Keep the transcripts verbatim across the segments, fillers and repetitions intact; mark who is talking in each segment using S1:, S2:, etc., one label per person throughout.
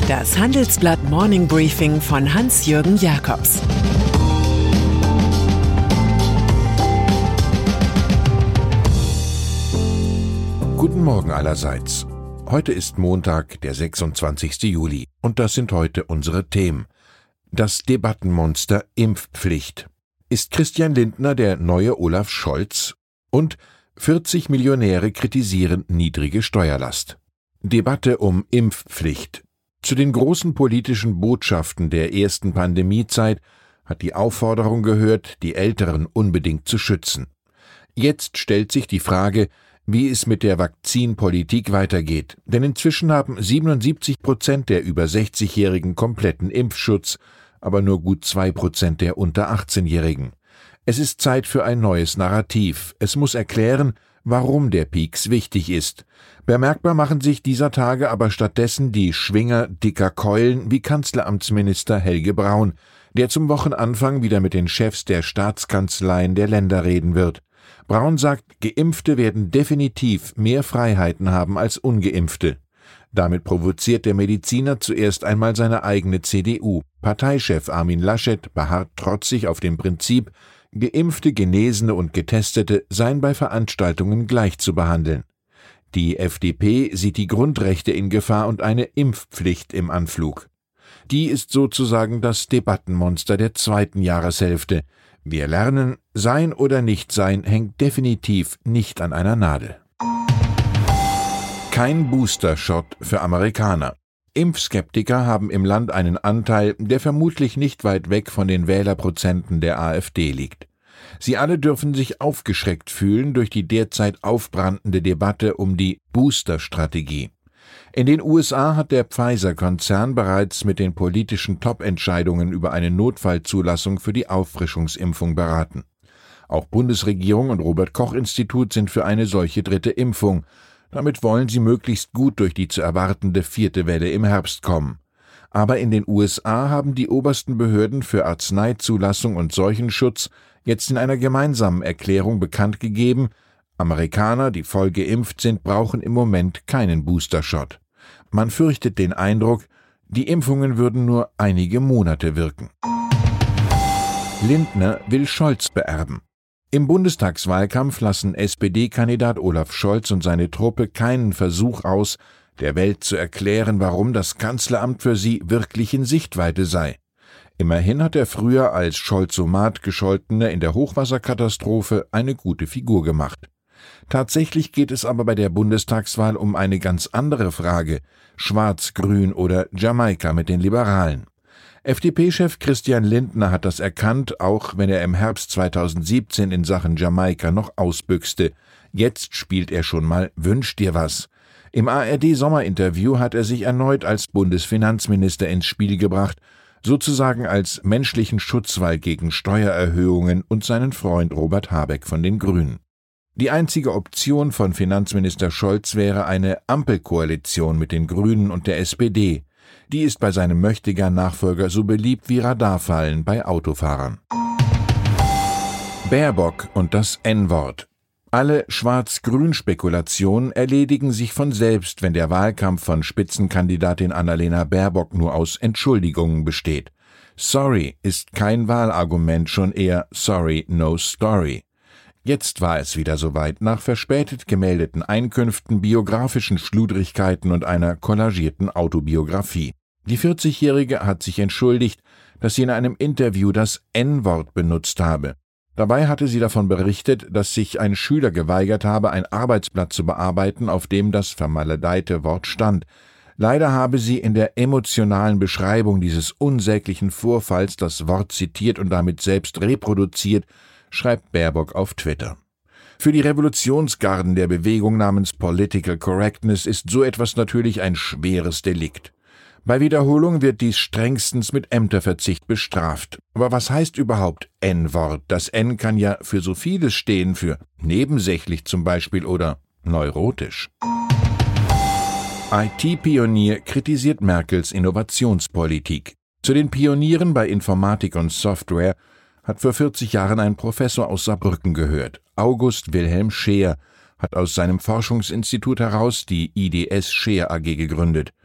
S1: Das Handelsblatt Morning Briefing von Hans-Jürgen Jakobs.
S2: Guten Morgen allerseits. Heute ist Montag, der sechsundzwanzigste Juli, und das sind heute unsere Themen. Das Debattenmonster Impfpflicht. Ist Christian Lindner der neue Olaf Scholz? Und vierzig Millionäre kritisieren niedrige Steuerlast. Debatte um Impfpflicht. Zu den großen politischen Botschaften der ersten Pandemiezeit hat die Aufforderung gehört, die Älteren unbedingt zu schützen. Jetzt stellt sich die Frage, wie es mit der Vakzinpolitik weitergeht, denn inzwischen haben siebenundsiebzig Prozent der über sechzigjährigen kompletten Impfschutz, aber nur gut zwei Prozent der unter achtzehnjährigen. Es ist Zeit für ein neues Narrativ. Es muss erklären, warum der Pieks wichtig ist. Bemerkbar machen sich dieser Tage aber stattdessen die Schwinger dicker Keulen wie Kanzleramtsminister Helge Braun, der zum Wochenanfang wieder mit den Chefs der Staatskanzleien der Länder reden wird. Braun sagt, Geimpfte werden definitiv mehr Freiheiten haben als Ungeimpfte. Damit provoziert der Mediziner zuerst einmal seine eigene C D U. Parteichef Armin Laschet beharrt trotzig auf dem Prinzip, Geimpfte, Genesene und Getestete seien bei Veranstaltungen gleich zu behandeln. Die F D P sieht die Grundrechte in Gefahr und eine Impfpflicht im Anflug. Die ist sozusagen das Debattenmonster der zweiten Jahreshälfte. Wir lernen, sein oder nicht sein hängt definitiv nicht an einer Nadel. Kein Booster-Shot für Amerikaner. Impfskeptiker haben im Land einen Anteil, der vermutlich nicht weit weg von den Wählerprozenten der AfD liegt. Sie alle dürfen sich aufgeschreckt fühlen durch die derzeit aufbrandende Debatte um die Booster-Strategie. In den U S A hat der Pfizer-Konzern bereits mit den politischen Top-Entscheidungen über eine Notfallzulassung für die Auffrischungsimpfung beraten. Auch Bundesregierung und Robert-Koch-Institut sind für eine solche dritte Impfung. Damit wollen sie möglichst gut durch die zu erwartende vierte Welle im Herbst kommen. Aber in den U S A haben die obersten Behörden für Arzneizulassung und Seuchenschutz jetzt in einer gemeinsamen Erklärung bekannt gegeben, Amerikaner, die voll geimpft sind, brauchen im Moment keinen Booster-Shot. Man fürchtet den Eindruck, die Impfungen würden nur einige Monate wirken. Lindner will Scholz beerben. Im Bundestagswahlkampf lassen S P D-Kandidat Olaf Scholz und seine Truppe keinen Versuch aus, der Welt zu erklären, warum das Kanzleramt für sie wirklich in Sichtweite sei. Immerhin hat er früher als Scholzomat gescholtener in der Hochwasserkatastrophe eine gute Figur gemacht. Tatsächlich geht es aber bei der Bundestagswahl um eine ganz andere Frage: Schwarz-Grün oder Jamaika mit den Liberalen. F D P-Chef Christian Lindner hat das erkannt, auch wenn er im Herbst zweitausendsiebzehn in Sachen Jamaika noch ausbüchste. Jetzt spielt er schon mal Wünsch dir was. Im A R D-Sommerinterview hat er sich erneut als Bundesfinanzminister ins Spiel gebracht, sozusagen als menschlichen Schutzwall gegen Steuererhöhungen und seinen Freund Robert Habeck von den Grünen. Die einzige Option von Finanzminister Scholz wäre eine Ampelkoalition mit den Grünen und der S P D. Die ist bei seinem Möchtegern-Nachfolger so beliebt wie Radarfallen bei Autofahrern. Baerbock und das En-Wort. Alle Schwarz-Grün-Spekulationen erledigen sich von selbst, wenn der Wahlkampf von Spitzenkandidatin Annalena Baerbock nur aus Entschuldigungen besteht. Sorry ist kein Wahlargument, schon eher sorry, no story. Jetzt war es wieder soweit, nach verspätet gemeldeten Einkünften, biografischen Schludrigkeiten und einer kollagierten Autobiografie. Die vierzigjährige hat sich entschuldigt, dass sie in einem Interview das En-Wort benutzt habe. Dabei hatte sie davon berichtet, dass sich ein Schüler geweigert habe, ein Arbeitsblatt zu bearbeiten, auf dem das vermaledeite Wort stand. Leider habe sie in der emotionalen Beschreibung dieses unsäglichen Vorfalls das Wort zitiert und damit selbst reproduziert, schreibt Baerbock auf Twitter. Für die Revolutionsgarden der Bewegung namens Political Correctness ist so etwas natürlich ein schweres Delikt. Bei Wiederholung wird dies strengstens mit Ämterverzicht bestraft. Aber was heißt überhaupt En-Wort? Das N kann ja für so vieles stehen, für nebensächlich zum Beispiel oder neurotisch. I T-Pionier kritisiert Merkels Innovationspolitik. Zu den Pionieren bei Informatik und Software hat vor vierzig Jahren ein Professor aus Saarbrücken gehört. August Wilhelm Scheer hat aus seinem Forschungsinstitut heraus die I D S Scheer A G gegründet.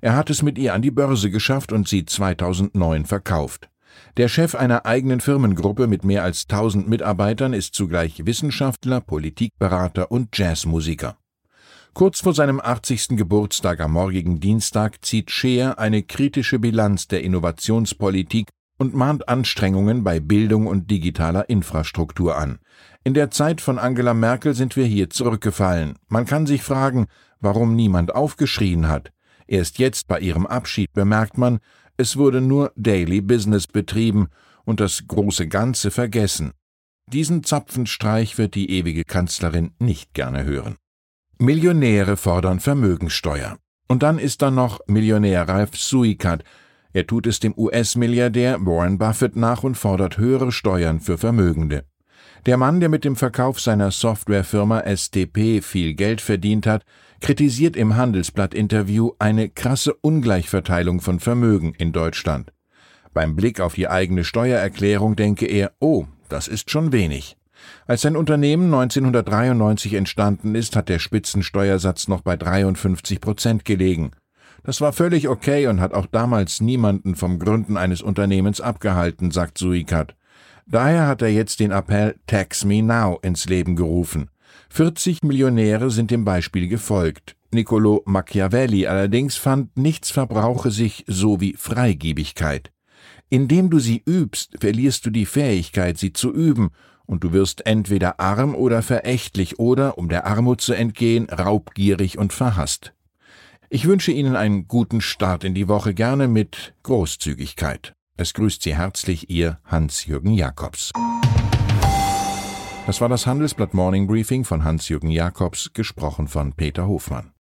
S2: Er hat es mit ihr an die Börse geschafft und sie zweitausendneun verkauft. Der Chef einer eigenen Firmengruppe mit mehr als tausend Mitarbeitern ist zugleich Wissenschaftler, Politikberater und Jazzmusiker. Kurz vor seinem achtzigsten Geburtstag am morgigen Dienstag zieht Scheer eine kritische Bilanz der Innovationspolitik und mahnt Anstrengungen bei Bildung und digitaler Infrastruktur an. In der Zeit von Angela Merkel sind wir hier zurückgefallen. Man kann sich fragen, warum niemand aufgeschrien hat. Erst jetzt bei ihrem Abschied bemerkt man, es wurde nur Daily Business betrieben und das große Ganze vergessen. Diesen Zapfenstreich wird die ewige Kanzlerin nicht gerne hören. Millionäre fordern Vermögensteuer. Und dann ist da noch Millionär Ralph Suikat. Er tut es dem U S-Milliardär Warren Buffett nach und fordert höhere Steuern für Vermögende. Der Mann, der mit dem Verkauf seiner Softwarefirma S T P viel Geld verdient hat, kritisiert im Handelsblatt-Interview eine krasse Ungleichverteilung von Vermögen in Deutschland. Beim Blick auf die eigene Steuererklärung denke er, oh, das ist schon wenig. Als sein Unternehmen neunzehnhundertdreiundneunzig entstanden ist, hat der Spitzensteuersatz noch bei dreiundfünfzig Prozent gelegen. Das war völlig okay und hat auch damals niemanden vom Gründen eines Unternehmens abgehalten, sagt Suikat. Daher hat er jetzt den Appell Tax Me Now ins Leben gerufen. vierzig Millionäre sind dem Beispiel gefolgt. Niccolò Machiavelli allerdings fand, nichts verbrauche sich so wie Freigebigkeit. Indem du sie übst, verlierst du die Fähigkeit, sie zu üben, und du wirst entweder arm oder verächtlich oder, um der Armut zu entgehen, raubgierig und verhasst. Ich wünsche Ihnen einen guten Start in die Woche, gerne mit Großzügigkeit. Es grüßt Sie herzlich Ihr Hans-Jürgen Jakobs. Das war das Handelsblatt Morning Briefing von Hans-Jürgen Jakobs, gesprochen von Peter Hofmann.